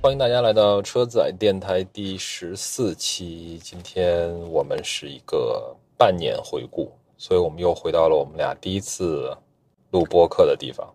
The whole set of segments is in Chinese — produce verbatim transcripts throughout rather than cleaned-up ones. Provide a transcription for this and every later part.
欢迎大家来到车载电台第十四期。今天我们是一个半年回顾，所以我们又回到了我们俩第一次录播客的地方。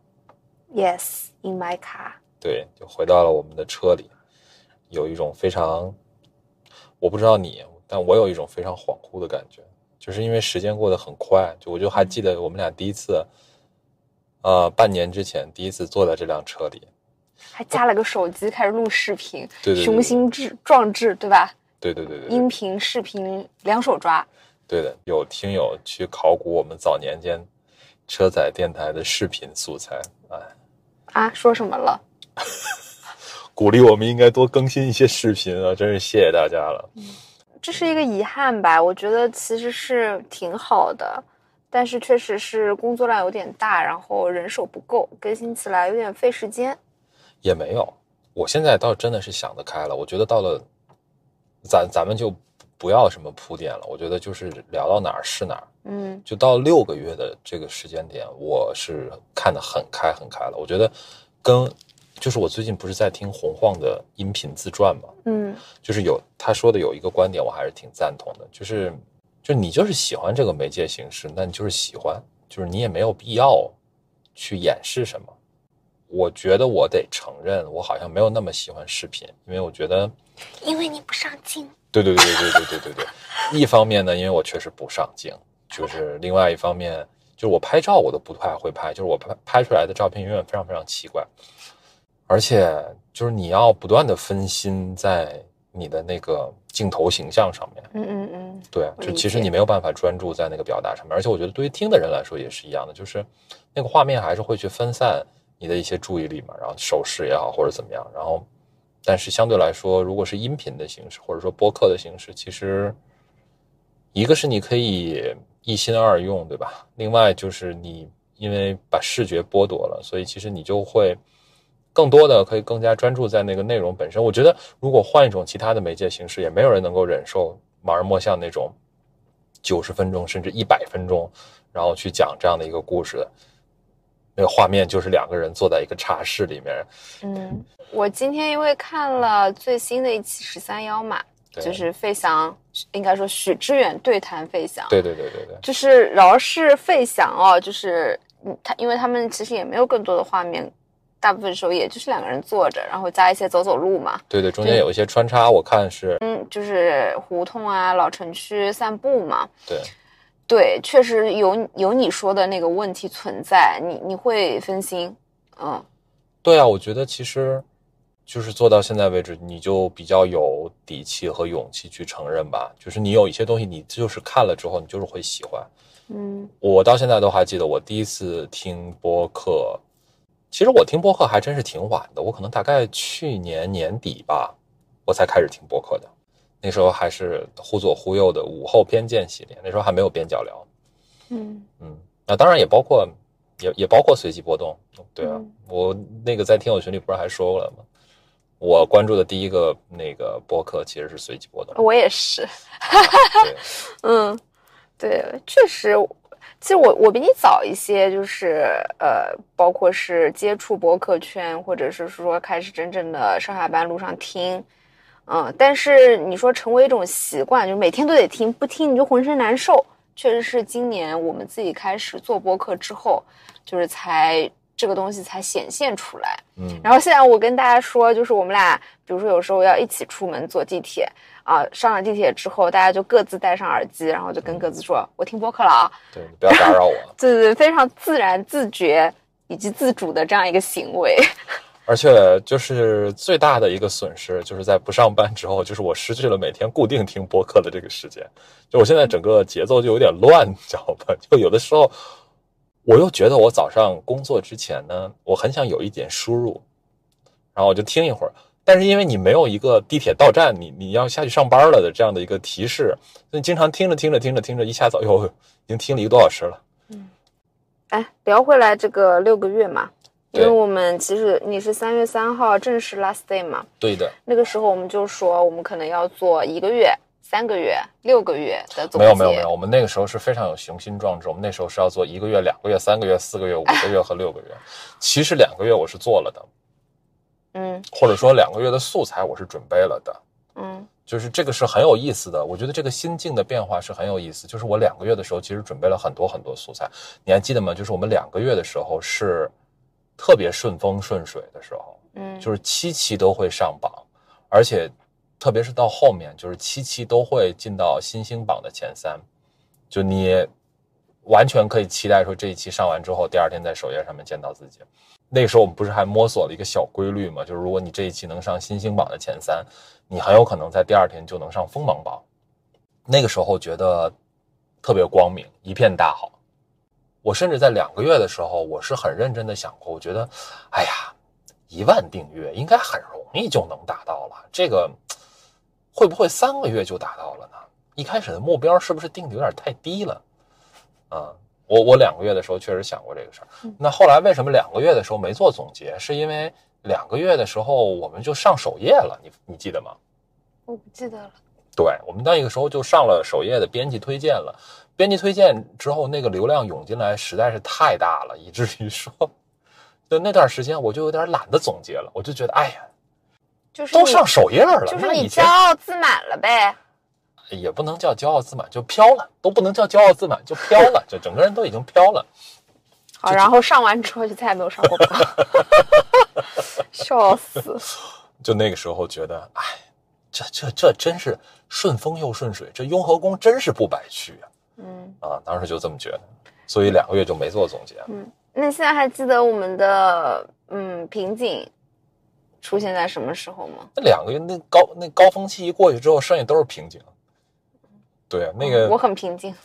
Yes, in my car。 对，就回到了我们的车里，有一种非常，我不知道你，但我有一种非常恍惚的感觉，就是因为时间过得很快，就我就还记得我们俩第一次呃，半年之前第一次坐在这辆车里， 还加了个手机开始录视频， 对对对对， 雄心志壮志，对吧？ 对对对对， 音频视频两手抓。 对的，有听友去考古我们早年间车载电台的视频素材。哎， 啊，说什么了？ 鼓励我们应该多更新一些视频啊，真是谢谢大家了。 嗯，这是一个遗憾吧，我觉得其实是挺好的，但是确实是工作量有点大，然后人手不够，更新起来有点费时间。 也没有，我现在倒真的是想得开了，我觉得到了咱咱们就不要什么铺垫了，我觉得就是聊到哪儿是哪儿。 嗯， 就到六个月的这个时间点，我是看得很开很开了。我觉得跟就是我最近不是在听洪晃的音频自传嘛， 嗯， 就是有他说的有一个观点我还是挺赞同的，就是就你就是喜欢这个媒介形式，那你就是喜欢，就是你也没有必要去掩饰什么。我觉得我得承认我好像没有那么喜欢视频，因为我觉得因为你不上镜。 对对对对对对对对对，一方面呢，因为我确实不上镜，就是另外一方面，就是我拍照我都不太会拍，就是我拍拍出来的照片永远非常非常奇怪，而且就是你要不断的分心在你的那个镜头形象上面。 嗯嗯嗯， 对，就其实你没有办法专注在那个表达上面，而且我觉得对于听的人来说也是一样的，就是那个画面还是会去分散你的一些注意力嘛，然后手势也好或者怎么样，然后但是相对来说，如果是音频的形式或者说播客的形式，其实一个是你可以一心二用，对吧？另外就是你因为把视觉剥夺了，所以其实你就会更多的可以更加专注在那个内容本身。我觉得如果换一种其他的媒介形式，也没有人能够忍受盲人摸象那种九十分钟甚至一百分钟然后去讲这样的一个故事的。那个画面就是两个人坐在一个茶室里面。 嗯，我今天因为看了最新的一期十三幺嘛，就是费翔，应该说许知远对谈费翔。 对对对对对， 就是饶是费翔哦，就是他，因为他们其实也没有更多的画面，大部分时候也就是两个人坐着，然后加一些走走路嘛。 对对，中间有一些穿插，我看是嗯，就是胡同啊、老城区散步嘛。 对。 对，确实有有你说的那个问题存在，你你会分心。嗯， 对啊，我觉得其实就是做到现在为止，你就比较有底气和勇气去承认吧，就是你有一些东西你就是看了之后你就是会喜欢。 嗯， 我到现在都还记得我第一次听播客，其实我听播客还真是挺晚的，我可能大概去年年底吧我才开始听播客的，那时候还是忽左忽右的午后偏见系列，那时候还没有边角聊。 嗯嗯，那当然也包括也也包括随机波动。对啊、 嗯、 我那个在听友群里不是还说过了吗？我关注的第一个那个播客其实是随机波动。 我也是。对，嗯，对，确实，其实我我比你早一些，就是呃，包括是接触播客圈，或者是说开始真正的上下班路上听。嗯，但是你说成为一种习惯，就是每天都得听，不听你就浑身难受。确实是今年我们自己开始做播客之后，就是才这个东西才显现出来。 嗯， 然后现在我跟大家说，就是我们俩，比如说有时候要一起出门坐地铁啊，上了地铁之后，大家就各自戴上耳机，然后就跟各自说：“嗯、我听播客了啊。” 对，你不要打扰我。 对对对，非常自然、自觉以及自主的这样一个行为。 而且就是最大的一个损失，就是在不上班之后，就是我失去了每天固定听播客的这个时间。就我现在整个节奏就有点乱，你知道吧？就有的时候，我又觉得我早上工作之前呢，我很想有一点输入，然后我就听一会儿。但是因为你没有一个地铁到站，你你要下去上班了的这样的一个提示，所以经常听着听着听着听着，一下子哟，已经听了一个多小时了。 嗯，哎，聊回来这个六个月嘛。因为我们其实你是三月三号正式 last day 嘛， 对的。 那个时候我们就说我们可能要做一个月、三个月、六个月的总结。 没有没有没有，我们那个时候是非常有雄心壮志，我们那时候是要做一个月、两个月、三个月、四个月、五个月和六个月。其实两个月我是做了的， 嗯， 或者说两个月的素材我是准备了的， 嗯， 就是这个是很有意思的。我觉得这个心境的变化是很有意思。就是我两个月的时候，其实准备了很多很多素材，你还记得吗？就是我们两个月的时候是特别顺风顺水的时候， 嗯， 就是七期都会上榜，而且特别是到后面，就是七期都会进到新星榜的前三，就你完全可以期待说这一期上完之后，第二天在首页上面见到自己。那个时候我们不是还摸索了一个小规律吗？就是如果你这一期能上新星榜的前三，你很有可能在第二天就能上锋芒榜。那个时候觉得特别光明，一片大好。我甚至在两个月的时候，我是很认真的想过，我觉得，哎呀，一万订阅应该很容易就能达到了，这个会不会三个月就达到了呢？一开始的目标是不是定的有点太低了？啊、嗯。我我两个月的时候确实想过这个事儿，那后来为什么两个月的时候没做总结？是因为两个月的时候我们就上首页了，你你记得吗？ 我不记得了。 对，我们那个时候就上了首页的编辑推荐了，编辑推荐之后那个流量涌进来实在是太大了，以至于说，就那段时间我就有点懒得总结了，我就觉得哎呀， 就是都上首页了， 就是你骄傲自满了呗。 也不能叫骄傲自满，就飘了，都不能叫骄傲自满，就飘了，就整个人都已经飘了。 好，然后上完之后就再也没有上过榜，笑死！ 就那个时候觉得，哎，这这这真是顺风又顺水，这雍和宫真是不白去啊！ 嗯啊，当时就这么觉得，所以两个月就没做总结。 嗯，那现在还记得我们的嗯瓶颈出现在什么时候吗？ 那两个月那高那高峰期一过去之后，剩下都是瓶颈。对啊，那个、 嗯、我很平静。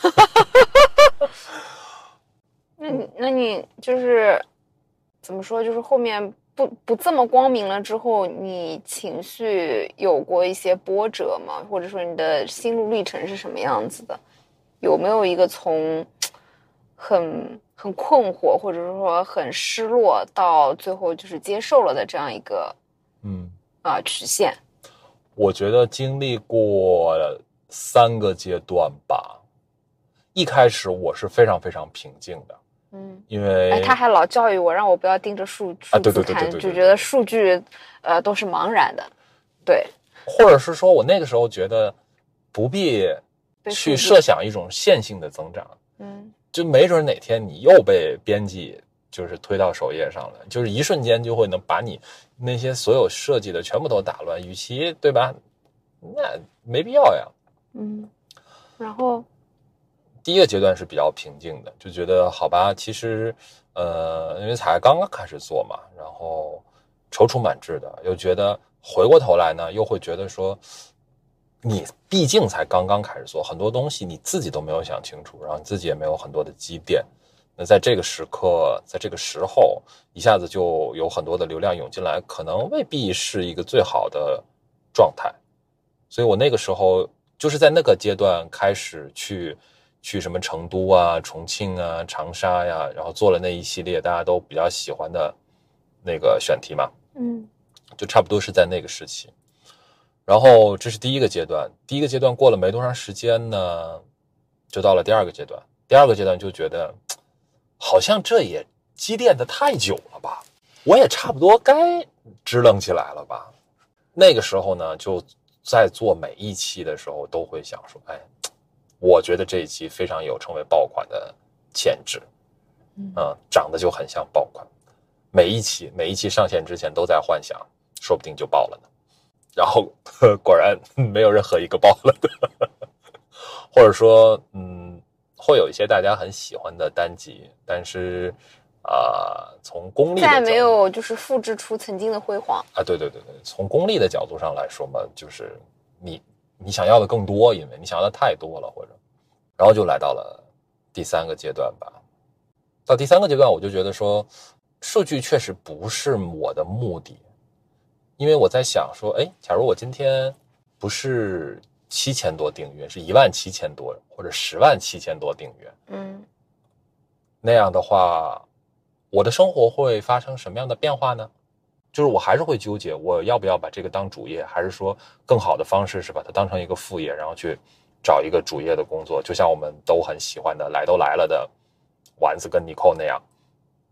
那你那你就是怎么说？就是后面不不这么光明了之后，你情绪有过一些波折吗？或者说你的心路历程是什么样子的？有没有一个从很很困惑，或者说很失落，到最后就是接受了的这样一个嗯啊、呃、曲线？ 我觉得经历过三个阶段吧。一开始我是非常非常平静的， 嗯， 因为、 哎、他还老教育我，让我不要盯着数数字看，就觉得数据呃都是茫然的，对， 或者是说我那个时候觉得不必去设想一种线性的增长， 嗯， 就没准哪天你又被编辑就是推到首页上了，就是一瞬间就会能把你那些所有设计的全部都打乱，与其对吧？那没必要呀。 嗯，然后第一个阶段是比较平静的，就觉得好吧，其实呃，因为才刚刚开始做嘛，然后踌躇满志的，又觉得回过头来呢，又会觉得说，你毕竟才刚刚开始做，很多东西你自己都没有想清楚，然后你自己也没有很多的积淀，那在这个时刻，在这个时候，一下子就有很多的流量涌进来，可能未必是一个最好的状态，所以我那个时候就是在那个阶段开始去。去什么成都啊、重庆啊、长沙呀，然后做了那一系列大家都比较喜欢的那个选题嘛， 嗯， 就差不多是在那个时期。然后这是第一个阶段，第一个阶段过了没多长时间呢，就到了第二个阶段。第二个阶段就觉得，好像这也积淀的太久了吧，我也差不多该支棱起来了吧。那个时候呢，就在做每一期的时候都会想说，哎。我觉得这一期非常有成为爆款的潜质，嗯、呃，长得就很像爆款。每一期每一期上线之前都在幻想，说不定就爆了呢。然后呵果然没有任何一个爆了的，或者说，嗯，会有一些大家很喜欢的单集，但是啊、呃，从功利的再没有就是复制出曾经的辉煌啊，对对对对，从功利的角度上来说嘛，就是你。你想要的更多，因为你想要的太多了，或者，然后就来到了第三个阶段吧。到第三个阶段，我就觉得说，数据确实不是我的目的，因为我在想说，哎，假如我今天不是七千多订阅，是一万七千多或者十万七千多订阅， 嗯， 那样的话，我的生活会发生什么样的变化呢？就是我还是会纠结，我要不要把这个当主业，还是说更好的方式是把它当成一个副业，然后去找一个主业的工作，就像我们都很喜欢的来都来了的丸子跟尼寇那样。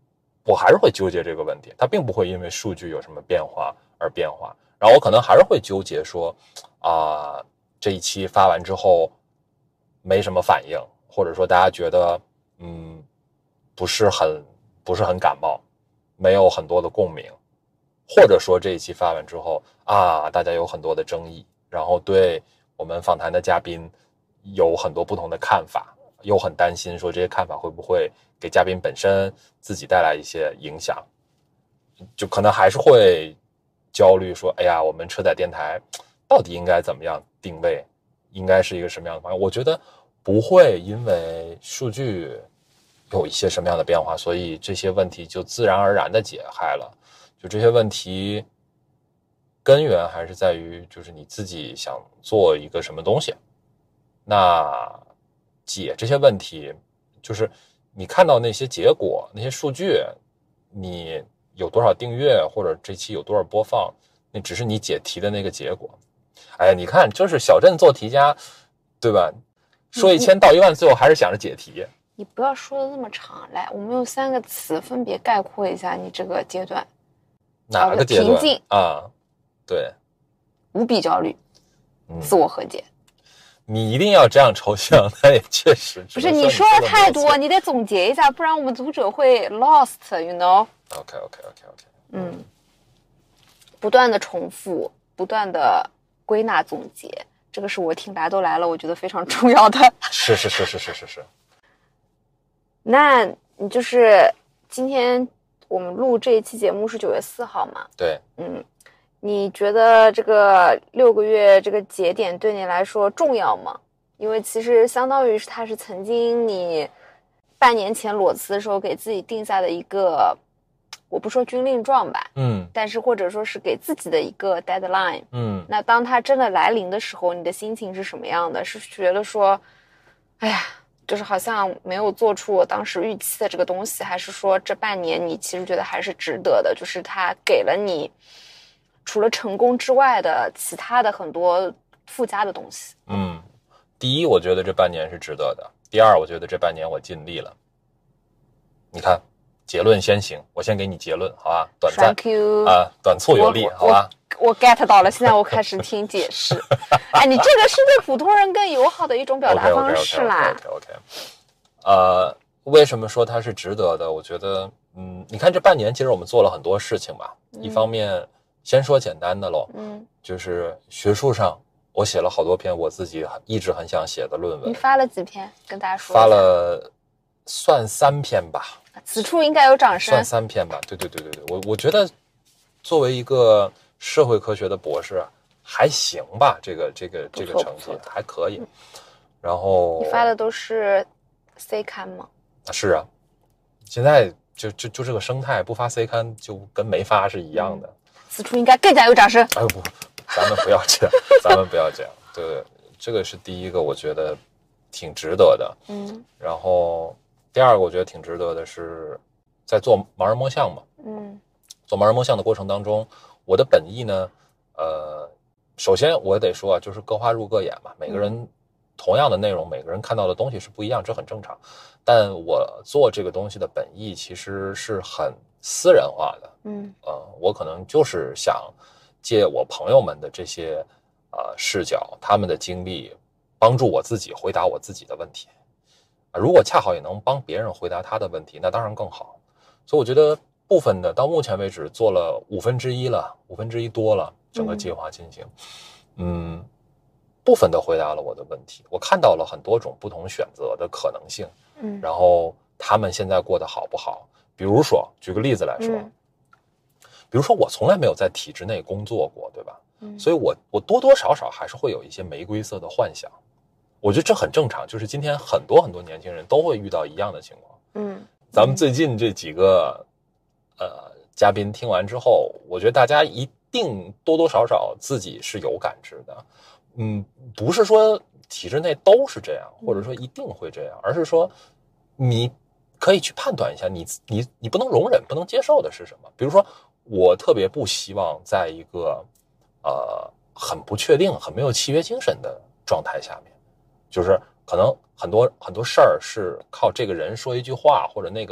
我还是会纠结这个问题，它并不会因为数据有什么变化而变化。然后我可能还是会纠结说，啊、呃，这一期发完之后没什么反应，或者说大家觉得嗯不是很不是很感冒，没有很多的共鸣，或者说这一期发完之后啊，大家有很多的争议，然后对我们访谈的嘉宾有很多不同的看法，又很担心说这些看法会不会给嘉宾本身自己带来一些影响，就可能还是会焦虑说，哎呀，我们车载电台到底应该怎么样定位，应该是一个什么样的方向？我觉得不会因为数据有一些什么样的变化，所以这些问题就自然而然的解开了。就这些问题根源还是在于，就是你自己想做一个什么东西。那解这些问题，就是你看到那些结果，那些数据，你有多少订阅，或者这期有多少播放，那只是你解题的那个结果。哎呀，你看，就是小镇做题家，对吧？说一千道一万，最后还是想着解题。 你不要说的那么长，来，我们用三个词分别概括一下你这个阶段。 哪个阶段？ 平静啊，对， 无比焦虑， 嗯、 自我和解。 你一定要这样抽象，那也确实不是你说的太多，你得总结一下，不然我们读者会 lost，you know。 OK OK OK OK。 嗯，不断的重复，不断的归纳总结，这个是我听来都来了，我觉得非常重要的。 是是是是是是是。 那你就是今天我们录这一期节目是九月四号嘛？ 对。 嗯。你觉得这个六个月这个节点对你来说重要吗？因为其实相当于是它是曾经你半年前裸辞的时候给自己定下的一个，我不说军令状吧， 嗯， 但是或者说是给自己的一个 deadline， 嗯， 那当它真的来临的时候，你的心情是什么样的？是觉得说，哎呀，就是好像没有做出我当时预期的这个东西，还是说这半年你其实觉得还是值得的？就是它给了你除了成功之外的其他的很多附加的东西。 嗯，第一，我觉得这半年是值得的；第二，我觉得这半年我尽力了。你看，结论先行，我先给你结论，好吧？短暂 Thank you 啊，短促有力，好吧？ 我 get 到了，现在我开始听解释。哎，你这个是对普通人更友好的一种表达方式啦。 OK OK OK OK。呃，为什么说它是值得的？我觉得，嗯，你看这半年，其实我们做了很多事情吧。嗯、一方面，先说简单的喽， 嗯， 就是学术上，我写了好多篇我自己一直很想写的论文。 你发了几篇？跟大家说。 发了，算三篇吧。 此处应该有掌声。 算三篇吧。对对对对对，我我觉得作为一个社会科学的博士还行吧，这个这个这个成绩还可以。然后你发的都是 C 刊吗？ 是啊，现在就就就这个生态，不发 C 刊就跟没发是一样的。 嗯、此处应该更加有掌声。 哎不，咱们不要这样，咱们不要这样。对，这个是第一个，我觉得挺值得的。 嗯。 然后第二个，我觉得挺值得的是，在做盲人摸象嘛。 嗯。 做盲人摸象的过程当中，我的本意呢，呃，首先我得说啊，就是各花入各眼嘛，每个人同样的内容，每个人看到的东西是不一样，这很正常。但我做这个东西的本意其实是很私人化的。 嗯， 呃，我可能就是想借我朋友们的这些呃视角，他们的经历，帮助我自己回答我自己的问题。啊，如果恰好也能帮别人回答他的问题，那当然更好。所以我觉得部分的到目前为止做了五分之一了，五分之一多了，整个计划进行，嗯。嗯，部分的回答了我的问题，我看到了很多种不同选择的可能性。 嗯， 然后他们现在过得好不好？比如说，举个例子来说，嗯、比如说我从来没有在体制内工作过，对吧？嗯，所以我我多多少少还是会有一些玫瑰色的幻想。我觉得这很正常，就是今天很多很多年轻人都会遇到一样的情况。 嗯， 咱们最近这几个呃嘉宾听完之后，我觉得大家一定多多少少自己是有感知的。嗯，不是说体制内都是这样，或者说一定会这样，而是说你可以去判断一下你你你不能容忍不能接受的是什么。比如说我特别不希望在一个呃很不确定很没有契约精神的状态下面，就是可能很多很多事儿是靠这个人说一句话或者那个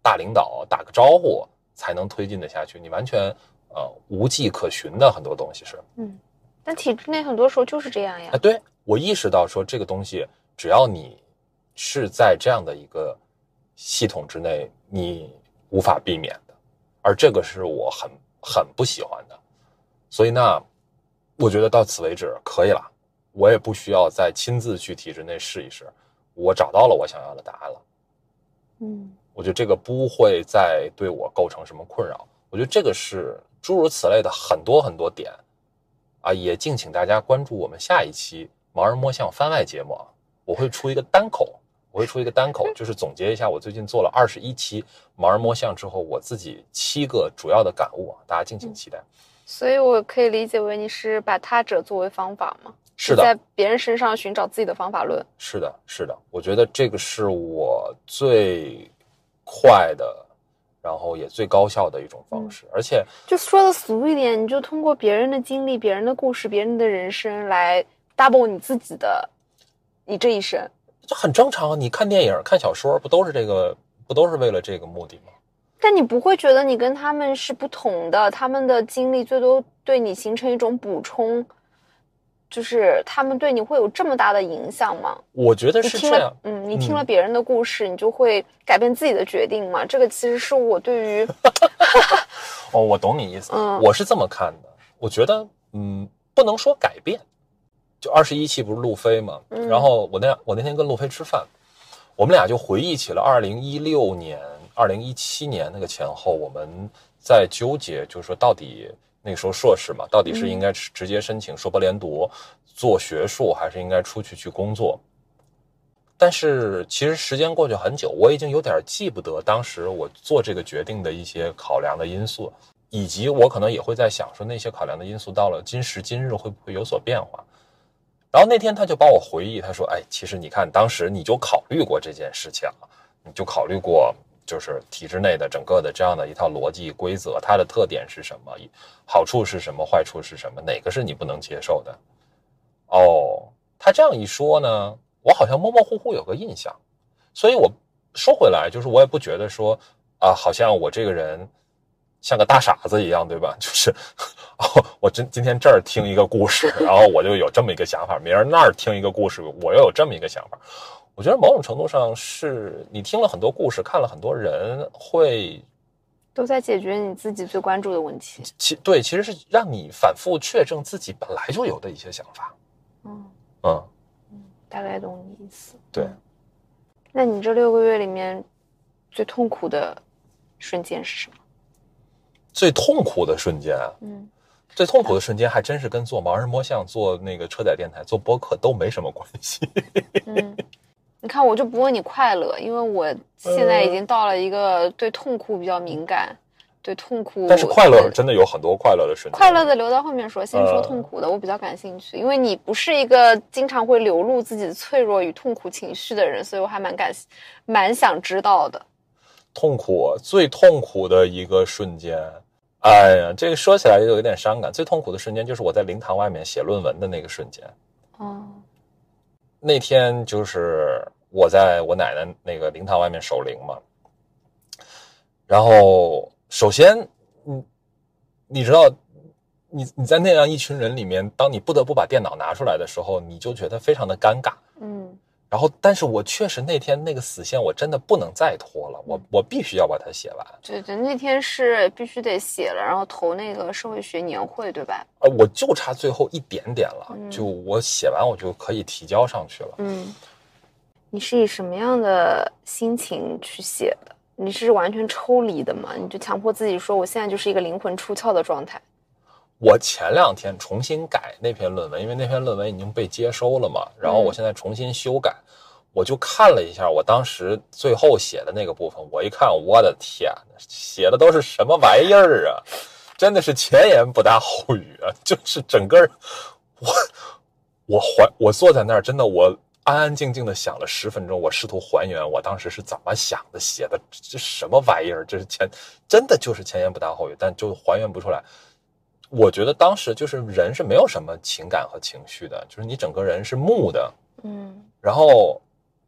大领导打个招呼才能推进的下去，你完全呃无迹可寻的很多东西是。 嗯，但体制内很多时候就是这样呀。 哎，对，我意识到说这个东西，只要你是在这样的一个系统之内，你无法避免的，而这个是我很很不喜欢的。所以那我觉得到此为止可以了，我也不需要再亲自去体制内试一试，我找到了我想要的答案了。 嗯， 我觉得这个不会再对我构成什么困扰。我觉得这个是诸如此类的很多很多点啊，也敬请大家关注我们下一期盲人摸象番外节目啊，我会出一个单口，我会出一个单口，就是总结一下我最近做了二十一期盲人摸象之后我自己七个主要的感悟啊，大家敬请期待。 所以我可以理解为你是把他者作为方法吗？ 是的， 在别人身上寻找自己的方法论。 是的，是的，我觉得这个是我最快的，然后也最高效的一种方式。嗯、而且就说的俗一点，你就通过别人的经历、别人的故事、别人的人生来 double 你自己的你这一生， 这很正常。你看电影、看小说，不都是这个，不都是为了这个目的吗？ 但你不会觉得你跟他们是不同的，他们的经历最多对你形成一种补充，就是他们对你会有这么大的影响吗？ 我觉得是这样。 嗯，你听了别人的故事，嗯、你就会改变自己的决定吗？这个其实是我对于哦，我懂你意思。 嗯， 我是这么看的。我觉得，嗯，不能说改变。就二十一期不是路飞嘛、嗯，然后我那我那天跟路飞吃饭，我们俩就回忆起了二零一六年。二零一七年那个前后，我们在纠结，就是说到底那个时候硕士嘛，到底是应该直接申请硕博连读做学术，还是应该出去去工作？但是其实时间过去很久，我已经有点记不得当时我做这个决定的一些考量的因素，以及我可能也会在想说那些考量的因素到了今时今日会不会有所变化。然后那天他就帮我回忆，他说：“哎，其实你看，当时你就考虑过这件事情，你就考虑过。”就是体制内的整个的这样的一套逻辑规则，它的特点是什么？好处是什么？坏处是什么？哪个是你不能接受的？哦，他这样一说呢，我好像模模糊糊有个印象。所以我说回来，就是我也不觉得说啊，好像我这个人像个大傻子一样，对吧？就是哦，我今今天这儿听一个故事，然后我就有这么一个想法；明儿那儿听一个故事，我又有这么一个想法。我觉得某种程度上是你听了很多故事，看了很多人，会都在解决你自己最关注的问题。 其对，其实是让你反复确证自己本来就有的一些想法。 嗯嗯嗯，大概懂你意思。 对， 那你这六个月里面最痛苦的瞬间是什么？ 最痛苦的瞬间啊， 嗯， 最痛苦的瞬间还真是跟做盲人摸象、做那个车载电台、做播客都没什么关系。 嗯。你看，我就不问你快乐，因为我现在已经到了一个对痛苦比较敏感，呃、对痛苦。 但是快乐真的有很多快乐的瞬间。 快乐的留到后面说，先说痛苦的，我比较感兴趣，因为你不是一个经常会流露自己的脆弱与痛苦情绪的人，所以我还蛮感蛮想知道的。 痛苦，最痛苦的一个瞬间，哎呀，这个说起来就有点伤感。最痛苦的瞬间就是我在灵堂外面写论文的那个瞬间。 哦。 那天就是我在我奶奶那个灵堂外面守灵嘛，然后首先，你你知道，你你在那样一群人里面，当你不得不把电脑拿出来的时候，你就觉得非常的尴尬。 嗯。 然后，但是我确实那天那个死线我真的不能再拖了，我我必须要把它写完。 对对，那天是必须得写了，然后投那个社会学年会，对吧？ 呃，我就差最后一点点了， 嗯、 就我写完我就可以提交上去了。 嗯，你是以什么样的心情去写的？你是完全抽离的吗？你就强迫自己说，我现在就是一个灵魂出窍的状态。 我前两天重新改那篇论文，因为那篇论文已经被接收了嘛，然后我现在重新修改，嗯、我就看了一下我当时最后写的那个部分，我一看，我的天，写的都是什么玩意儿啊！真的是前言不搭后语啊，就是整个我我还我坐在那儿，真的我安安静静的想了十分钟，我试图还原我当时是怎么想的，写的这什么玩意儿，这是前真的就是前言不搭后语，但就还原不出来。我觉得当时就是人是没有什么情感和情绪的，就是你整个人是木的， 嗯， 然后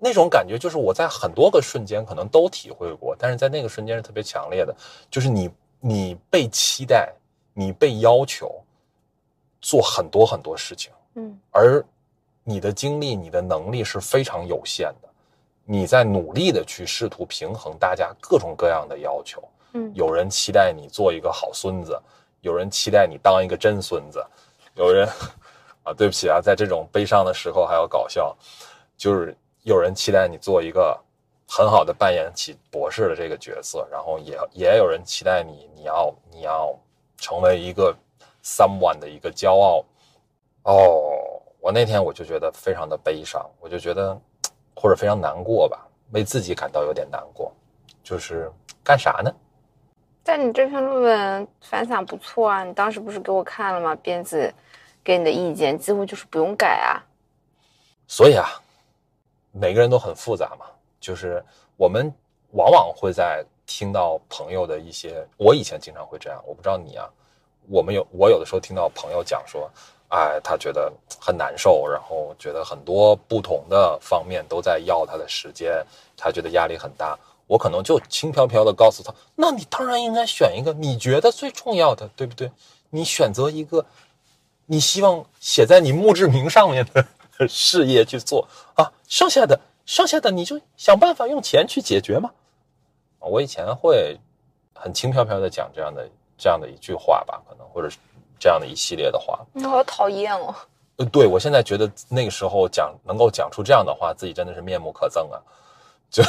那种感觉就是我在很多个瞬间可能都体会过，但是在那个瞬间是特别强烈的，就是你你被期待，你被要求做很多很多事情， 嗯， 而你的精力、你的能力是非常有限的，你在努力的去试图平衡大家各种各样的要求， 嗯， 有人期待你做一个好孙子，有人期待你当一个真孙子，有人啊，对不起啊，在这种悲伤的时候还要搞笑，就是有人期待你做一个很好的扮演起博士的这个角色，然后也也有人期待你，你要你要成为一个 someone 的一个骄傲。哦，我那天我就觉得非常的悲伤，我就觉得或者非常难过吧，为自己感到有点难过，就是干啥呢？ 但你这篇论文反响不错啊，你当时不是给我看了吗？编辑给你的意见几乎就是不用改啊。 所以啊，每个人都很复杂嘛，就是我们往往会在听到朋友的一些，我以前经常会这样，我不知道你啊，我们有我有的时候听到朋友讲说，哎，他觉得很难受，然后觉得很多不同的方面都在要他的时间，他觉得压力很大。我可能就轻飘飘的告诉他，那你当然应该选一个你觉得最重要的，对不对？你选择一个你希望写在你墓志铭上面的事业去做啊，剩下的剩下的你就想办法用钱去解决嘛。我以前会很轻飘飘的讲这样的这样的一句话吧，可能或者是这样的一系列的话。 你好讨厌哦。 呃，对，我现在觉得那个时候讲能够讲出这样的话，自己真的是面目可憎啊，就是。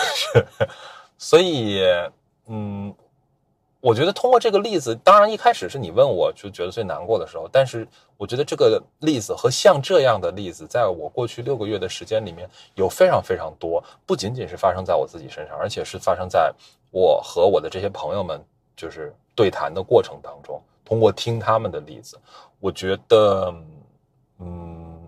所以，嗯，我觉得通过这个例子，当然一开始是你问我就觉得最难过的时候，但是我觉得这个例子和像这样的例子，在我过去六个月的时间里面有非常非常多，不仅仅是发生在我自己身上，而且是发生在我和我的这些朋友们就是对谈的过程当中，通过听他们的例子，我觉得，嗯，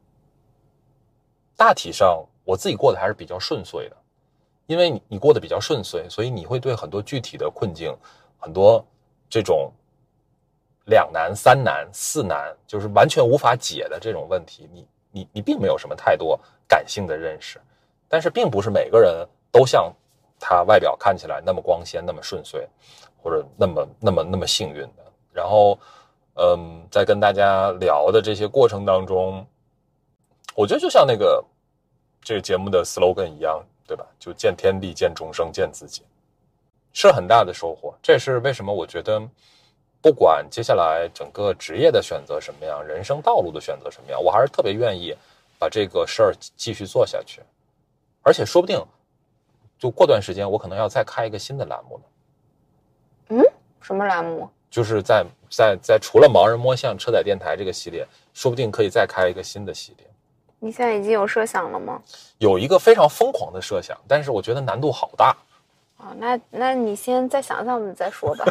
大体上我自己过得还是比较顺遂的。因为你你过得比较顺遂，所以你会对很多具体的困境，很多这种两难、三难、四难，就是完全无法解的这种问题，你你你并没有什么太多感性的认识。但是并不是每个人都像他外表看起来那么光鲜、那么顺遂，或者那么那么那么幸运的。然后，嗯，在跟大家聊的这些过程当中，我觉得就像那个这个节目的 slogan 一样。对吧？就见天地，见众生，见自己，是很大的收获。这也是为什么我觉得，不管接下来整个职业的选择什么样，人生道路的选择什么样，我还是特别愿意把这个事儿继续做下去。而且说不定，就过段时间，我可能要再开一个新的栏目呢。 嗯，什么栏目？ 就是在在在除了盲人摸象车载电台这个系列，说不定可以再开一个新的系列。 你现在已经有设想了吗？ 有一个非常疯狂的设想，但是我觉得难度好大。 哦，那那你先再想想，我们再说吧。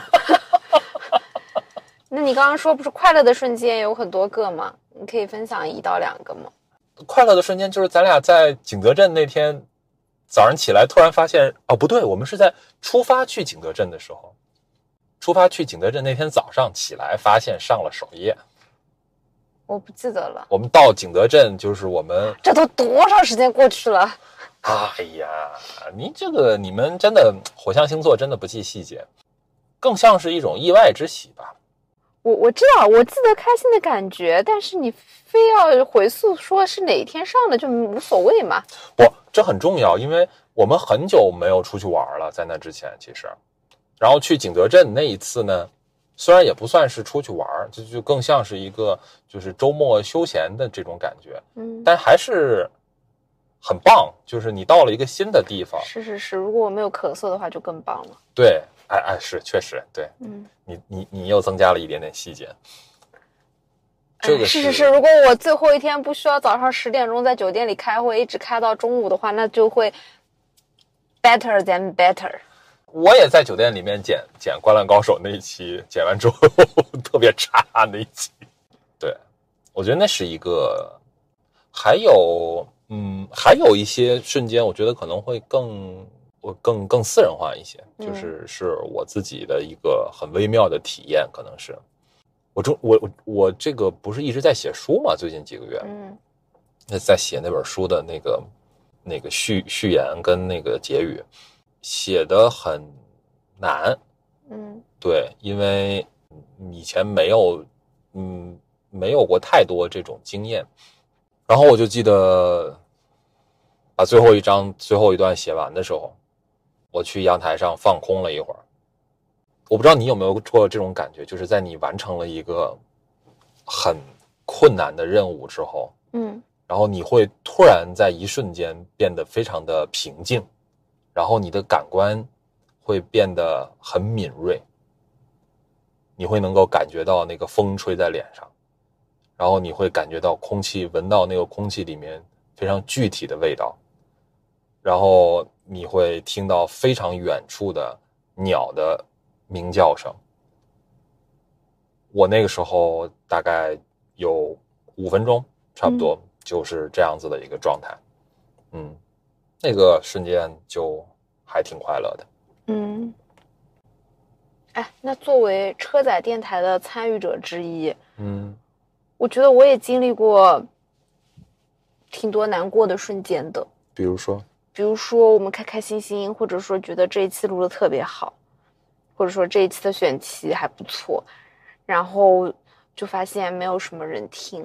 那你刚刚说不是快乐的瞬间有很多个吗？你可以分享一到两个吗？ 快乐的瞬间就是咱俩在景德镇那天早上起来突然发现，哦不对，我们是在出发去景德镇的时候，出发去景德镇那天早上起来发现上了首页。 我不记得了。 我们到景德镇，就是我们这都多长时间过去了？ 哎呀，你这个你们真的火象星座真的不记细节，更像是一种意外之喜吧。 我我知道，我记得开心的感觉，但是你非要回溯说是哪一天上的，就无所谓嘛。 不，这很重要，因为我们很久没有出去玩了，在那之前其实，然后去景德镇那一次呢。虽然也不算是出去玩，就就更像是一个就是周末休闲的这种感觉， 嗯， 但还是很棒。就是你到了一个新的地方， 是是是，如果我没有咳嗽的话，就更棒了。 对，哎哎，是确实对， 嗯， 你你你又增加了一点点细节。这个是是是，如果我最后一天不需要早上十点钟在酒店里开会，一直开到中午的话，那就会 better than better。 我也在酒店里面剪剪《灌篮高手》那一期，剪完之后特别差那一期。对，我觉得那是一个，还有嗯，还有一些瞬间，我觉得可能会更我更更私人化一些，就是是我自己的一个很微妙的体验，可能是我中我我我这个不是一直在写书嘛，最近几个月， 嗯， 在写那本书的那个那个序序言跟那个结语写得很难， 嗯， 对，因为以前没有，嗯，没有过太多这种经验。然后我就记得把最后一章最后一段写完的时候，我去阳台上放空了一会儿。我不知道你有没有过这种感觉，就是在你完成了一个很困难的任务之后， 嗯， 然后你会突然在一瞬间变得非常的平静，然后你的感官会变得很敏锐，你会能够感觉到那个风吹在脸上，然后你会感觉到空气，闻到那个空气里面非常具体的味道，然后你会听到非常远处的鸟的鸣叫声。我那个时候大概有五分钟，差不多就是这样子的一个状态。嗯，那个瞬间就还挺快乐的。 嗯，哎，那作为车载电台的参与者之一， 嗯， 我觉得我也经历过挺多难过的瞬间的。 比如说， 比如说我们开开心心，或者说觉得这一期录的特别好，或者说这一期的选题还不错，然后就发现没有什么人听。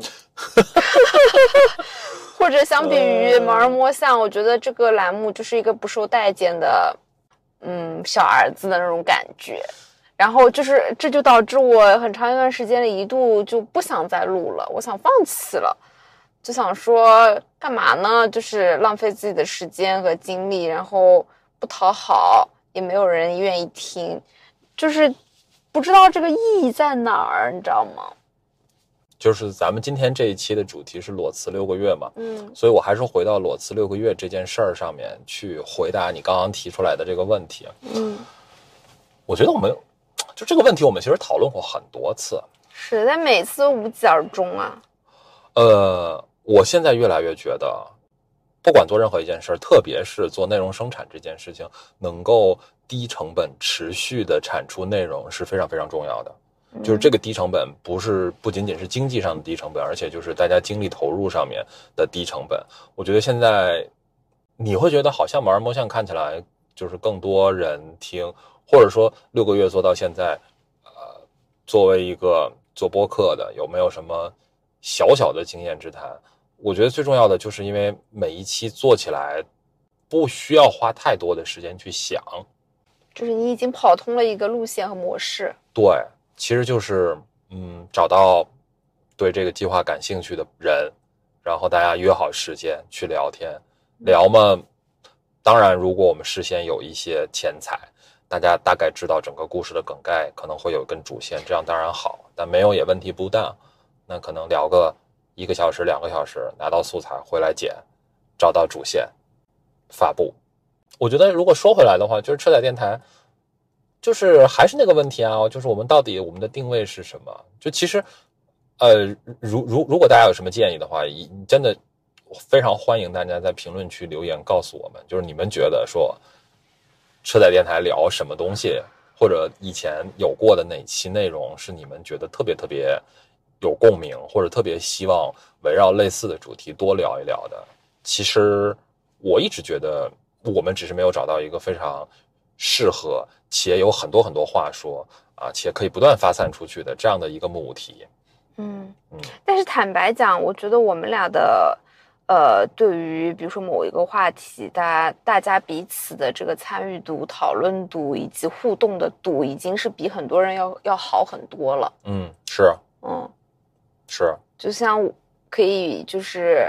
或者相比于盲人摸象，我觉得这个栏目就是一个不受待见的嗯小儿子的那种感觉。然后就是这就导致我很长一段时间里一度就不想再录了，我想放弃了，就想说干嘛呢，就是浪费自己的时间和精力，然后不讨好，也没有人愿意听，就是不知道这个意义在哪儿，你知道吗？ 就是咱们今天这一期的主题是裸辞六个月嘛， 嗯， 所以我还是回到裸辞六个月这件事儿上面去回答你刚刚提出来的这个问题。 嗯， 我觉得我们就这个问题，我们其实讨论过很多次， 是，但每次都无疾而终啊。 呃，我现在越来越觉得，不管做任何一件事，特别是做内容生产这件事情，能够低成本持续的产出内容是非常非常重要的。就是这个低成本不是不仅仅是经济上的低成本，而且就是大家精力投入上面的低成本。我觉得现在你会觉得好像盲人摸象看起来就是更多人听，或者说六个月做到现在，呃，作为一个做播客的，有没有什么小小的经验之谈？我觉得最重要的就是因为每一期做起来不需要花太多的时间去想， 就是你已经跑通了一个路线和模式。 对。其实就是嗯，找到对这个计划感兴趣的人，然后大家约好时间去聊天。聊嘛，当然如果我们事先有一些前采，大家大概知道整个故事的梗概，可能会有一根主线，这样当然好，但没有也问题不大。那可能聊个一个小时两个小时，拿到素材回来剪，找到主线发布。我觉得如果说回来的话，就是车载电台就是还是那个问题啊，就是我们到底我们的定位是什么？就其实，呃，如如如果大家有什么建议的话，真的非常欢迎大家在评论区留言告诉我们，就是你们觉得说车载电台聊什么东西，或者以前有过的哪期内容是你们觉得特别特别有共鸣，或者特别希望围绕类似的主题多聊一聊的。其实我一直觉得我们只是没有找到一个非常适合且有很多很多话说啊，且可以不断发散出去的这样的一个母题。 嗯嗯， 但是坦白讲，我觉得我们俩的呃，对于比如说某一个话题，大家大家彼此的这个参与度、讨论度以及互动的度，已经是比很多人要要好很多了。 嗯，是， 嗯， 是， 就像可以就是。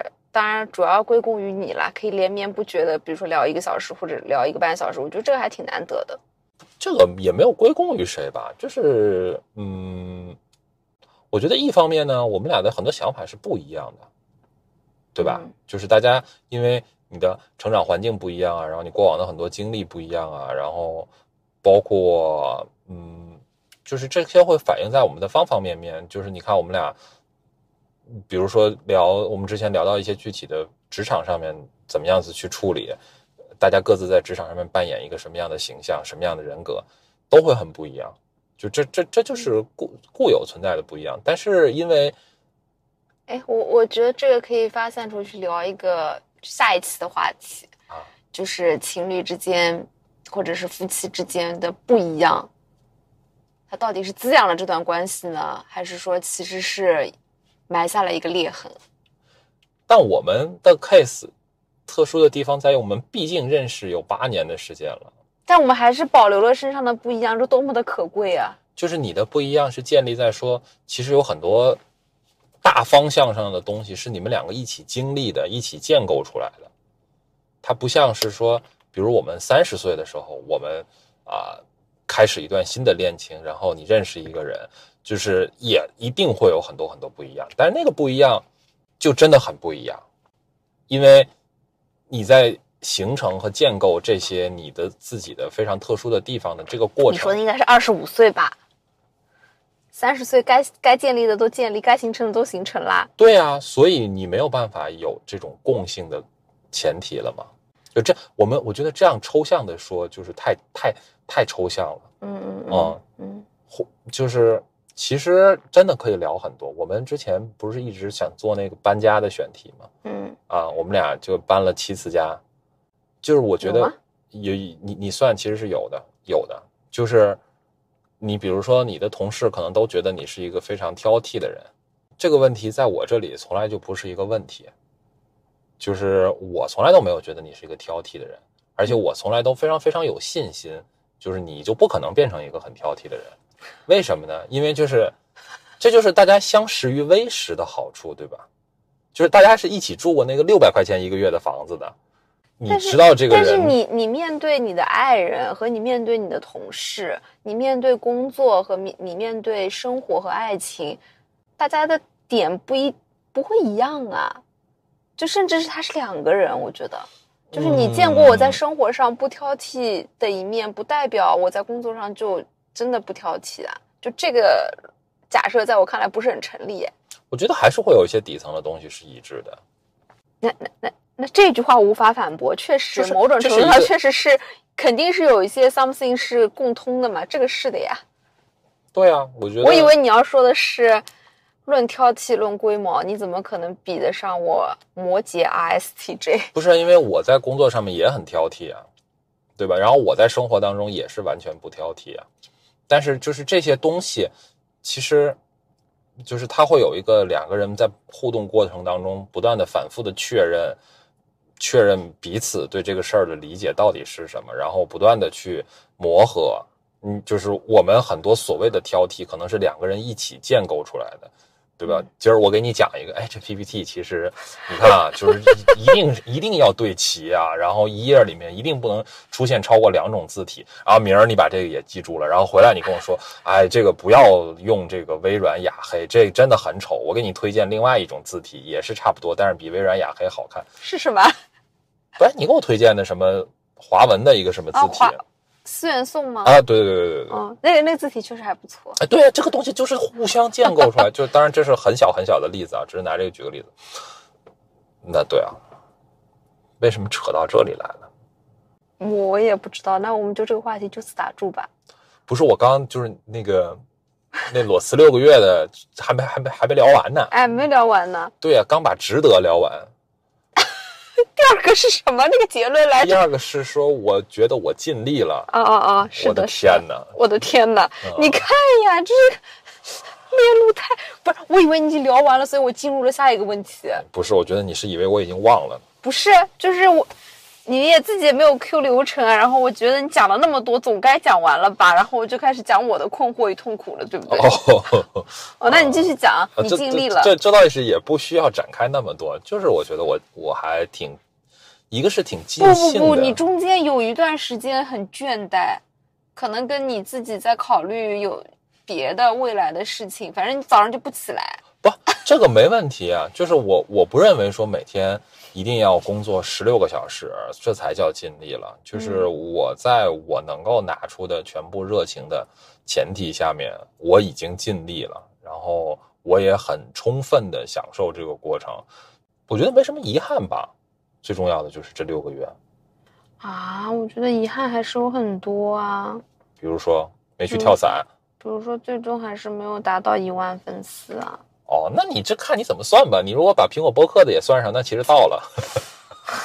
当然，主要归功于你啦，可以连绵不绝的，比如说聊一个小时或者聊一个半小时，我觉得这个还挺难得的。 这个也没有归功于谁吧，就是嗯，我觉得一方面呢，我们俩的很多想法是不一样的，对吧？ 嗯、 就是大家因为你的成长环境不一样啊，然后你过往的很多经历不一样啊，然后包括嗯，就是这些会反映在我们的方方面面。就是你看我们俩。比如说聊我们之前聊到一些具体的职场上面怎么样子去处理，大家各自在职场上面扮演一个什么样的形象，什么样的人格，都会很不一样。就这这这就是固固有存在的不一样。但是因为， 哎，我我觉得这个可以发散出去聊一个下一期的话题啊，就是情侣之间或者是夫妻之间的不一样，它到底是滋养了这段关系呢，还是说其实是埋下了一个裂痕？ 但我们的 case 特殊的地方在于，我们毕竟认识有八年的时间了， 但我们还是保留了身上的不一样，这多么的可贵啊！ 就是你的不一样是建立在说，其实有很多大方向上的东西是你们两个一起经历的，一起建构出来的。它不像是说，比如我们三十岁的时候，我们啊、呃、开始一段新的恋情，然后你认识一个人，就是也一定会有很多很多不一样，但是那个不一样就真的很不一样，因为你在形成和建构这些你的自己的非常特殊的地方的这个过程。 你说的应该是二十五岁吧？三十岁该该建立的都建立，该形成的都形成啦。 对啊，所以你没有办法有这种共性的前提了嘛？就这，我们我觉得这样抽象的说，就是太太太抽象了。 嗯嗯嗯嗯， 就是其实真的可以聊很多。我们之前不是一直想做那个搬家的选题吗？ 嗯啊，我们俩就搬了七次家。就是我觉得有你你算其实是有的，有的就是你比如说你的同事可能都觉得你是一个非常挑剔的人，这个问题在我这里从来就不是一个问题，就是我从来都没有觉得你是一个挑剔的人，而且我从来都非常非常有信心，就是你就不可能变成一个很挑剔的人。为什么呢？因为就是这就是大家相识于微时的好处，对吧？就是大家是一起住过那个六百块钱一个月的房子的，你知道这个人， 但是你你面对你的爱人和你面对你的同事，你面对工作和你你面对生活和爱情，大家的点不一不会一样啊。就甚至是他是两个人，我觉得就是你见过我在生活上不挑剔的一面，不代表我在工作上就真的不挑剔啊。就这个假设在我看来不是很成立耶。 我觉得还是会有一些底层的东西是一致的。 那那那那这句话无法反驳，确实、 就是、 某种程度上确实是肯定是有一些 something 是共通的嘛，这个是的呀。 对啊，我觉得我以为你要说的是论挑剔论龟毛，你怎么可能比得上我摩羯 R S T J？ 不是，因为我在工作上面也很挑剔啊，对吧？然后我在生活当中也是完全不挑剔啊，但是就是这些东西其实就是它会有一个两个人在互动过程当中不断的反复的确认确认彼此对这个事儿的理解到底是什么，然后不断的去磨合。嗯，就是我们很多所谓的挑剔可能是两个人一起建构出来的，对吧？今儿我给你讲一个，哎，这 P P T 其实你看啊，就是一定一定要对齐啊，然后一页里面一定不能出现超过两种字体，然后明儿你把这个也记住了，然后回来你跟我说，哎，这个不要用这个微软雅黑，这真的很丑，我给你推荐另外一种字体，也是差不多，但是比微软雅黑好看。 是什么？ 不是你给我推荐的什么华文的一个什么字体？ 哦，思源颂吗？ 啊，对对对对对， 哦，那个那个字体确实还不错。 哎，对啊，这个东西就是互相建构出来，就当然这是很小很小的例子啊，只是拿这个举个例子。那对啊，为什么扯到这里来了？ 我也不知道，那我们就这个话题就此打住吧。 不是，我刚刚就是那个那裸辞六个月的，还没还没还没聊完呢。 哎，没聊完呢。 对啊，刚把值得聊完。 第二个是什么？那个结论来着？ 第二个是说，我觉得我尽力了。 啊啊啊！是的， 我的天哪！ 我的天哪！嗯、你看呀，这是链路太不是，我以为你已经聊完了，所以我进入了下一个问题。 不是，我觉得你是以为我已经忘了。 不是，就是我，你也自己也没有 Q 流程啊。然后我觉得你讲了那么多，总该讲完了吧？然后我就开始讲我的困惑与痛苦了，对不对？ 哦， 哦，那你继续讲， 啊、 你尽力了。 这这这倒是也不需要展开那么多，就是我觉得我我还挺。一个是挺尽兴的， 不不不，你中间有一段时间很倦怠，可能跟你自己在考虑有别的未来的事情，反正你早上就不起来。 不，这个没问题啊，就是我我不认为说每天一定要工作十六个小时，这才叫尽力了。就是我在我能够拿出的全部热情的前提下面，我已经尽力了，然后我也很充分的享受这个过程，我觉得没什么遗憾吧。最重要的就是这六个月啊，我觉得遗憾还是有很多啊。 比如说没去跳伞， 比如说最终还是没有达到一万粉丝啊。 哦，那你这看你怎么算吧。你如果把苹果播客的也算上，那其实到了。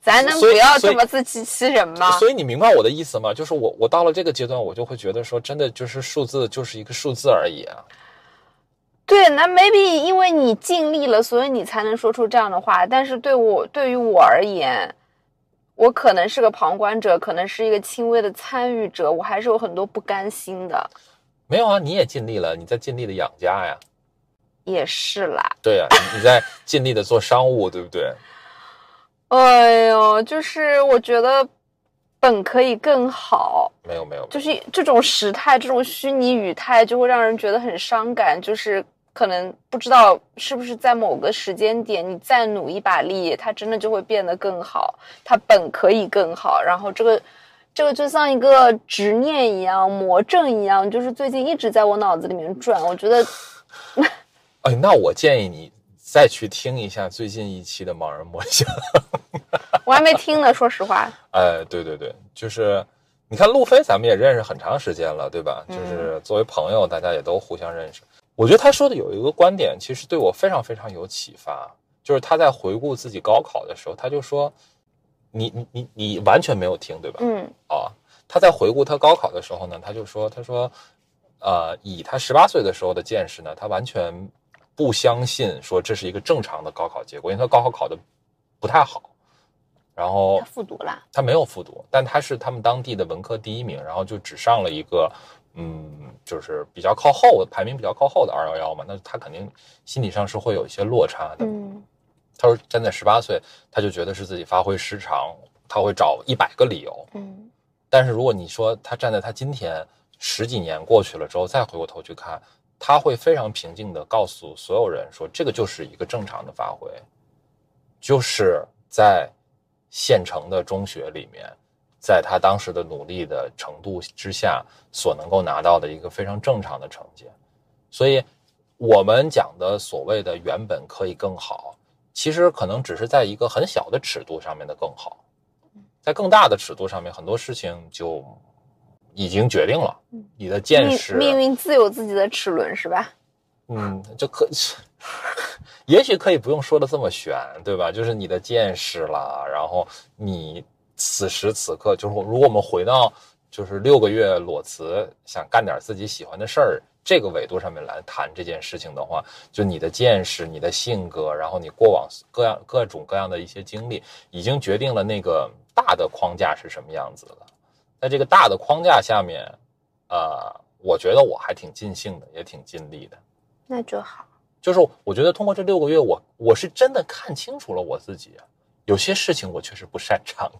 咱能不要这么自欺欺人吗？ 所以你明白我的意思吗？就是我我到了这个阶段，我就会觉得说，真的就是数字就是一个数字而已啊。 对，那 maybe 因为你尽力了，所以你才能说出这样的话。但是对我对于我而言，我可能是个旁观者，可能是一个轻微的参与者，我还是有很多不甘心的。 没有啊，你也尽力了，你在尽力的养家呀。 也是啦。 对呀、啊，你在尽力的做商务，对不对？ 哎呦，就是我觉得本可以更好。 没有没有， 就是这种时态，这种虚拟语态，就会让人觉得很伤感。就是可能不知道是不是在某个时间点，你再努一把力，它真的就会变得更好。它本可以更好，然后这个这个就像一个执念一样，魔怔一样，就是最近一直在我脑子里面转。我觉得， 哎，那我建议你再去听一下最近一期的盲人摸象。 我还没听呢，说实话。 哎，对对对，就是你看路飞，咱们也认识很长时间了，对吧？就是作为朋友，大家也都互相认识。我觉得他说的有一个观点，其实对我非常非常有启发，就是他在回顾自己高考的时候，他就说，你你你你完全没有听，对吧？ 嗯。 啊，他在回顾他高考的时候呢，他就说，他说，呃，以他十八岁的时候的见识呢，他完全不相信说这是一个正常的高考结果，因为他高考考的不太好。然后他复读了， 他没有复读，但他是他们当地的文科第一名，然后就只上了一个，嗯，就是比较靠后的排名比较靠后的二幺幺嘛，那他肯定心理上是会有一些落差的。 嗯， 他说站在十八岁，他就觉得是自己发挥失常，他会找一百个理由。 嗯， 但是如果你说他站在他今天十几年过去了之后，再回过头去看，他会非常平静地告诉所有人说，这个就是一个正常的发挥，就是在县城的中学里面，在他当时的努力的程度之下所能够拿到的一个非常正常的成绩。所以我们讲的所谓的原本可以更好，其实可能只是在一个很小的尺度上面的更好，在更大的尺度上面很多事情就已经决定了，你的见识命运自有自己的齿轮，是吧？ 嗯，就可也许可以不用说的这么玄，对吧？就是你的见识啦，然后你此时此刻，就是如果我们回到就是六个月裸辞，想干点自己喜欢的事儿这个维度上面来谈这件事情的话，就你的见识、你的性格，然后你过往各样各种各样的一些经历，已经决定了那个大的框架是什么样子的。在这个大的框架下面，呃，我觉得我还挺尽兴的，也挺尽力的。 那就好。 就是我觉得通过这六个月，我我是真的看清楚了我自己，有些事情我确实不擅长。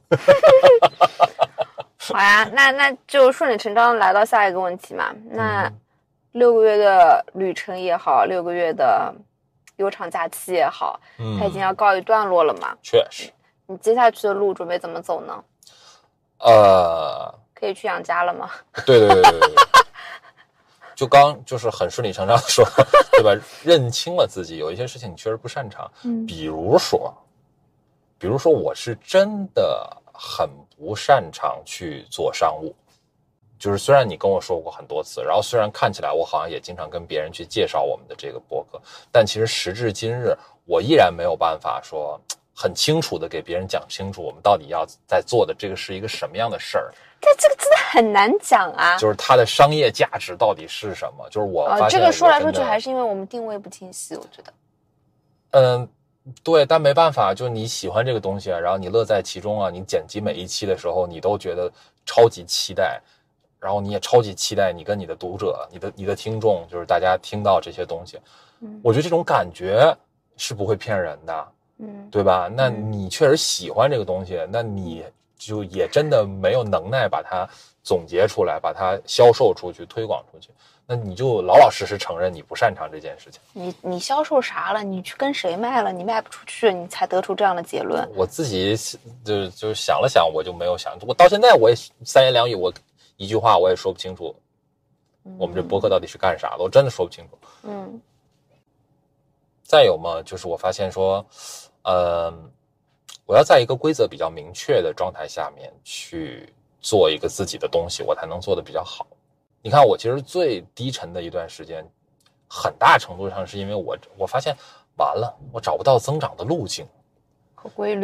好呀，那那就顺理成章来到下一个问题嘛。那六个月的旅程也好，六个月的悠长假期也好，嗯，它已经要告一段落了嘛。 确实。 你接下去的路准备怎么走呢？ 呃， 可以去养家了吗？ 对对对对对。就刚就是很顺理成章的说，对吧？认清了自己有一些事情你确实不擅长，嗯，比如说，比如说我是真的很不擅长去做商务，就是虽然你跟我说过很多次，然后虽然看起来我好像也经常跟别人去介绍我们的这个播客，但其实时至今日，我依然没有办法说很清楚的给别人讲清楚我们到底要在做的这个是一个什么样的事儿。 但这个真的很难讲啊， 就是它的商业价值到底是什么？就是我发现、 呃、这个说来说去还是因为我们定位不清晰，我觉得。 嗯，对，但没办法，就你喜欢这个东西啊，然后你乐在其中啊，你剪辑每一期的时候，你都觉得超级期待，然后你也超级期待你跟你的读者、你的你的听众，就是大家听到这些东西，嗯，我觉得这种感觉是不会骗人的，嗯，对吧？那你确实喜欢这个东西，那你就也真的没有能耐把它总结出来，把它销售出去，推广出去，那你就老老实实承认你不擅长这件事情。 你你销售啥了？你去跟谁卖了？你卖不出去，你才得出这样的结论。 我自己就就想了想，我就没有想，我到现在我也三言两语，我一句话我也说不清楚，我们这播客到底是干啥的，我真的说不清楚。嗯。再有嘛，就是我发现说，呃，我要在一个规则比较明确的状态下面去做一个自己的东西，我才能做得比较好。你看，我其实最低沉的一段时间，很大程度上是因为我我发现完了，我找不到增长的路径和规律。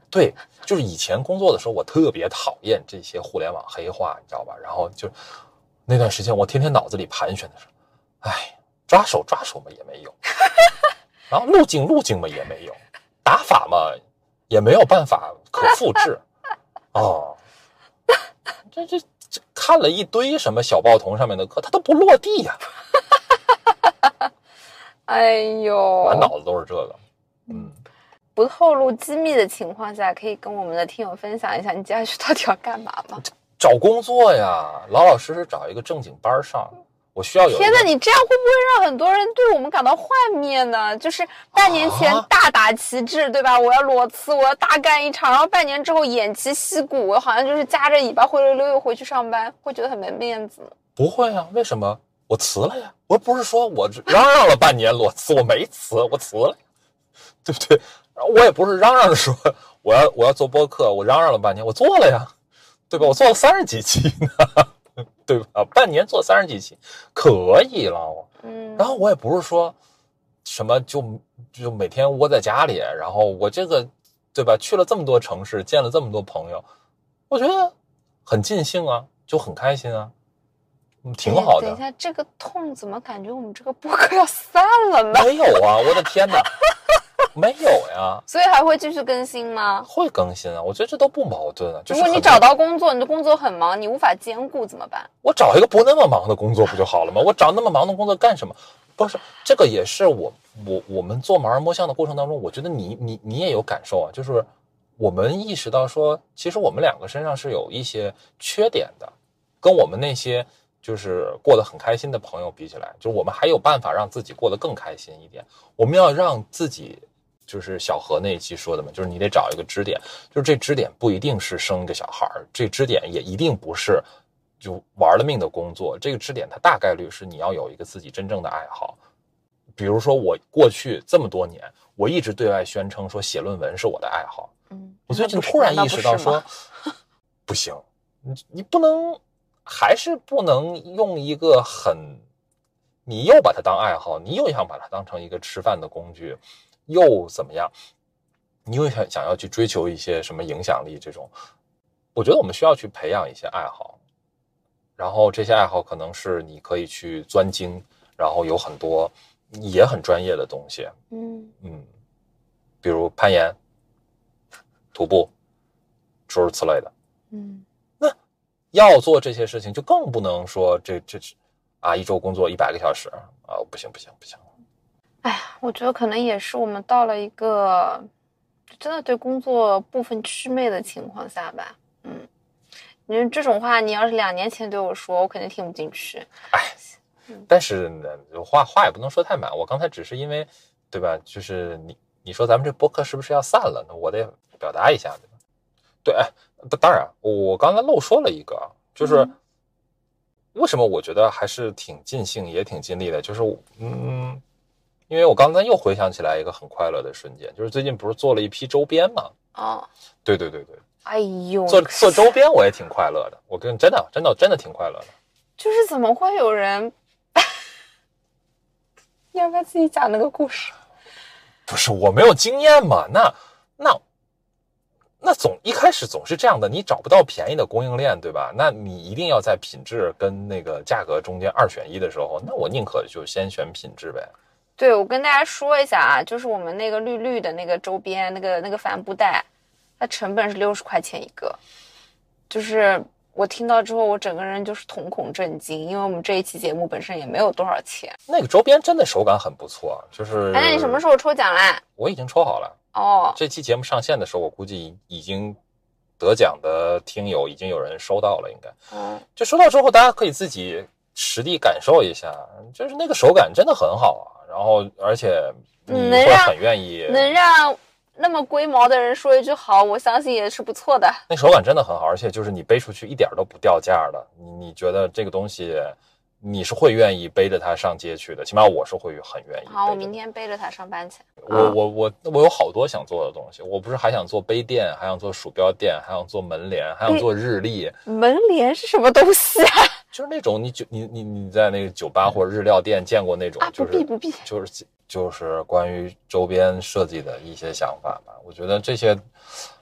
对，就是以前工作的时候，我特别讨厌这些互联网黑话，你知道吧？然后就那段时间，我天天脑子里盘旋的是，哎，抓手抓手嘛也没用，然后路径路径嘛也没用，打法嘛也没有办法可复制。哦，这这这看了一堆什么小报童上面的课，它都不落地呀、 啊！哎呦， 满脑子都是这个。嗯， 不透露机密的情况下，可以跟我们的听友分享一下，你接下去到底要干嘛吗？ 找工作呀，老老实实找一个正经班上。我需要有。 天哪，你这样会不会让很多人对我们感到幻灭呢？就是半年前大打旗帜，啊、对吧？我要裸辞，我要大干一场，然后半年之后偃旗息鼓，我好像就是夹着尾巴灰溜溜又回去上班，会觉得很没面子。 不会啊，为什么？我辞了呀！我不是说我嚷嚷了半年裸辞，我没辞，我辞了，对不对？我也不是嚷嚷着说我要我要做播客，我嚷嚷了半年，我做了呀，对吧？我做了三十几期呢。对吧？半年做三十几期可以了，嗯。然后我也不是说什么就就每天窝在家里，然后我这个对吧？去了这么多城市，见了这么多朋友，我觉得很尽兴啊，就很开心啊，嗯，挺好的。 等一下，这个痛怎么感觉我们这个播客要散了呢？ 没有啊，我的天哪！没有呀， 所以还会继续更新吗？ 会更新啊，我觉得这都不矛盾啊。就是如果你找到工作，你的工作很忙，你无法兼顾怎么办？ 我找一个不那么忙的工作不就好了吗？我找那么忙的工作干什么？不是，这个也是我我我们做盲人摸象的过程当中，我觉得你你你也有感受啊，就是我们意识到说，其实我们两个身上是有一些缺点的，跟我们那些就是过得很开心的朋友比起来，就是我们还有办法让自己过得更开心一点。我们要让自己。就是小何那一期说的嘛，就是你得找一个支点，就是这支点不一定是生一个小孩，这支点也一定不是就玩了命的工作，这个支点它大概率是你要有一个自己真正的爱好。比如说我过去这么多年，我一直对外宣称说写论文是我的爱好，嗯，我最近突然意识到说，不行，你你不能，还是不能用一个很，你又把它当爱好，你又想把它当成一个吃饭的工具。又怎么样？你又想想要去追求一些什么影响力这种，我觉得我们需要去培养一些爱好，然后这些爱好可能是你可以去钻精，然后有很多也很专业的东西，嗯嗯，比如攀岩、徒步，诸如此类的，嗯，那要做这些事情就更不能说这这啊一周工作一百个小时啊，不行不行不行。 哎呀，我觉得可能也是我们到了一个真的对工作部分祛魅的情况下吧。嗯，你说这种话，你要是两年前对我说，我肯定听不进去。 哎，但是呢，话话也不能说太满。我刚才只是因为，对吧？就是你你说咱们这播客是不是要散了呢？我得表达一下，对吧？对，哎，当然，我刚才漏说了一个，就是。嗯为什么我觉得还是挺尽兴也挺尽力的，就是嗯。因为我刚才又回想起来一个很快乐的瞬间，就是最近不是做了一批周边嘛？哦，对对对对， 哎呦， 做做周边我也挺快乐的，我跟真的真的真的挺快乐的。 就是怎么会有人？你要不要自己讲那个故事？ 不是我没有经验嘛？那那那总一开始总是这样的，你找不到便宜的供应链，对吧？那你一定要在品质跟那个价格中间二选一的时候，那我宁可就先选品质呗。 对，我跟大家说一下啊，就是我们那个绿绿的那个周边，那个那个帆布袋，它成本是六十块钱一个。就是我听到之后，我整个人就是瞳孔震惊，因为我们这一期节目本身也没有多少钱。 那个周边真的手感很不错，就是。 哎，那你什么时候抽奖啦？ 我已经抽好了。哦。这期节目上线的时候，我估计已经得奖的听友已经有人收到了，应该。嗯。就收到之后，大家可以自己实地感受一下，就是那个手感真的很好啊。然后，而且你会很愿意能，能让那么龟毛的人说一句好，我相信也是不错的。 那手感真的很好，而且就是你背出去一点都不掉价的。你你觉得这个东西，你是会愿意背着它上街去的？起码我是会很愿意。 好，我明天背着它上班去。 我我我我有好多想做的东西，我不是还想做杯垫，还想做鼠标垫，还想做门帘，还想做日历。 门帘是什么东西啊？ 就是那种你酒你你你在那个酒吧或者日料店见过那种，就是、 啊、不必不必， 就是就是关于周边设计的一些想法吧。我觉得这些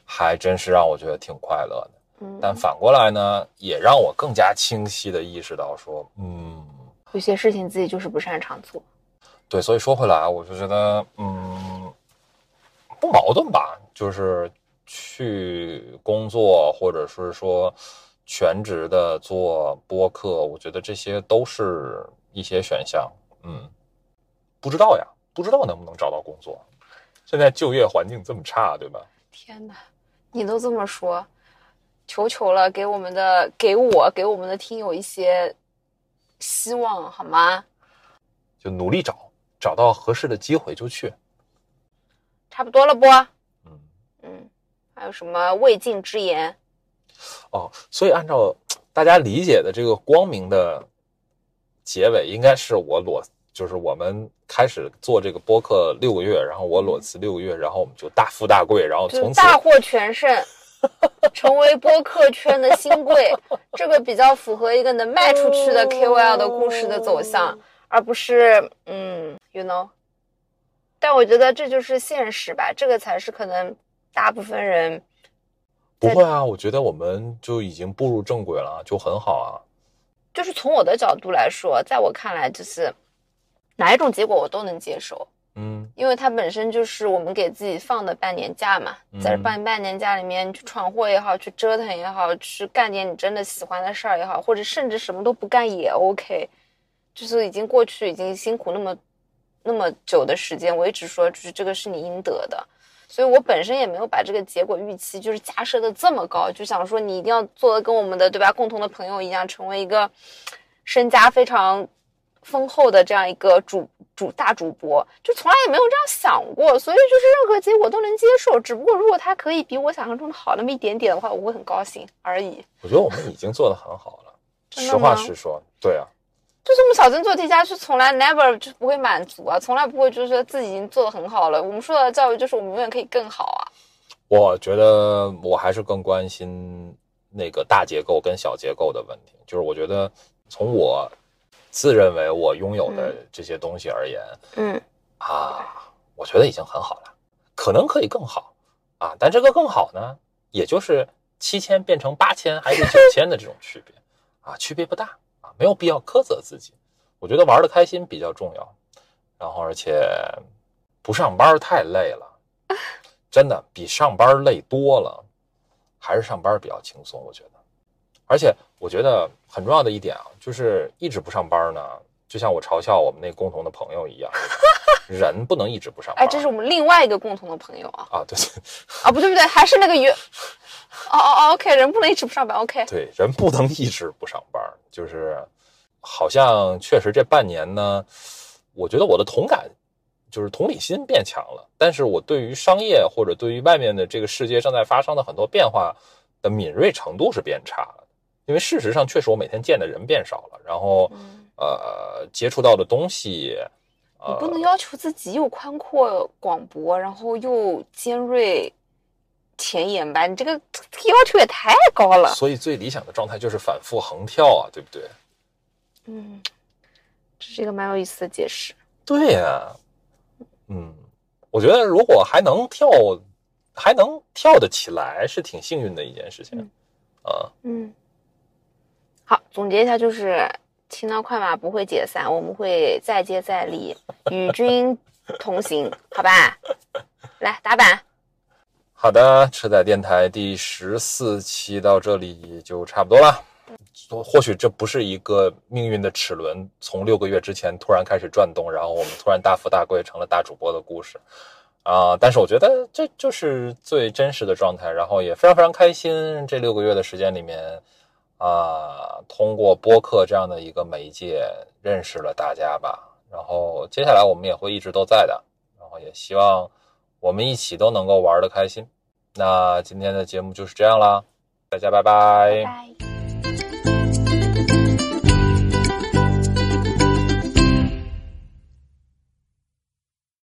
还真是让我觉得挺快乐的。 嗯， 但反过来呢，也让我更加清晰的意识到说，嗯， 有些事情自己就是不擅长做。 对，所以说回来，我就觉得，嗯，不矛盾吧，就是去工作，或者是说全职的做播客，我觉得这些都是一些选项。嗯，不知道呀，不知道能不能找到工作。现在就业环境这么差，对吧？ 天哪，你都这么说，求求了，给我们的，给我，给我们的听友一些希望好吗？ 就努力找，找到合适的机会就去。 差不多了不？ 嗯嗯，还有什么未尽之言？ 哦，所以按照大家理解的这个光明的结尾，应该是我裸，就是我们开始做这个播客六个月，然后我裸辞六个月，然后我们就大富大贵，然后从此大获全胜，成为播客圈的新贵。这个比较符合一个能卖出去的 K O L 的故事的走向，而不是嗯 ，you know。但我觉得这就是现实吧，这个才是可能大部分人。 不会啊，我觉得我们就已经步入正轨了，就很好啊。 就是从我的角度来说，在我看来，就是哪一种结果我都能接受。 嗯， 因为它本身就是我们给自己放的半年假嘛， 嗯、 在半半年假里面去闯祸也好，去折腾也好，去干点你真的喜欢的事儿也好，或者甚至什么都不干也 OK。就是已经过去，已经辛苦那么那么久的时间，我一直说就是这个是你应得的。所以我本身也没有把这个结果预期就是假设的这么高，就想说你一定要做的跟我们的对吧共同的朋友一样，成为一个身家非常丰厚的这样一个主主大主播，就从来也没有这样想过。所以就是任何结果都能接受，只不过如果他可以比我想象中的好那么一点点的话，我会很高兴而已。 我觉得我们已经做得很好了，实话实说。对啊， 就是我们小镇做题家是从来 never 就不会满足啊，从来不会就是说自己已经做得很好了。我们说的教育就是我们永远可以更好啊。 我觉得我还是更关心那个大结构跟小结构的问题。就是我觉得从我自认为我拥有的这些东西而言， 嗯啊，我觉得已经很好了，可能可以更好啊。但这个更好呢，也就是七千变成八千还是九千的这种区别啊，区别不大。没有必要苛责自己，我觉得玩得开心比较重要。然后而且不上班太累了，真的比上班累多了，还是上班比较轻松我觉得。而且我觉得很重要的一点啊，就是一直不上班呢，就像我嘲笑我们那共同的朋友一样，人不能一直不上班。 哎，这是我们另外一个共同的朋友啊。 啊，对对啊，不对不对，还是那个约。哦哦哦 ，OK， 人不能一直不上班 ，OK。 对，人不能一直不上班，就是好像确实这半年呢，我觉得我的同感就是同理心变强了，但是我对于商业或者对于外面的这个世界正在发生的很多变化的敏锐程度是变差了。因为事实上确实我每天见的人变少了，然后、嗯、呃接触到的东西， 你不能要求自己又宽阔广博，然后又尖锐前沿吧，你这个要求也太高了。 所以最理想的状态就是反复横跳啊，对不对？ 嗯，这是一个蛮有意思的解释。 对呀、啊，嗯，我觉得如果还能跳，还能跳得起来，是挺幸运的一件事情。 嗯， 啊， 嗯，好，总结一下就是，轻刀快马不会解散，我们会再接再厉，与君同行，好吧？来打板。 好的，车载电台第十四期到这里就差不多了。或许这不是一个命运的齿轮从六个月之前突然开始转动，然后我们突然大富大贵成了大主播的故事啊、呃！但是我觉得这就是最真实的状态，然后也非常非常开心。这六个月的时间里面啊、呃，通过播客这样的一个媒介认识了大家吧。然后接下来我们也会一直都在的，然后也希望我们一起都能够玩得开心。那今天的节目就是这样啦，大家拜拜。 拜拜。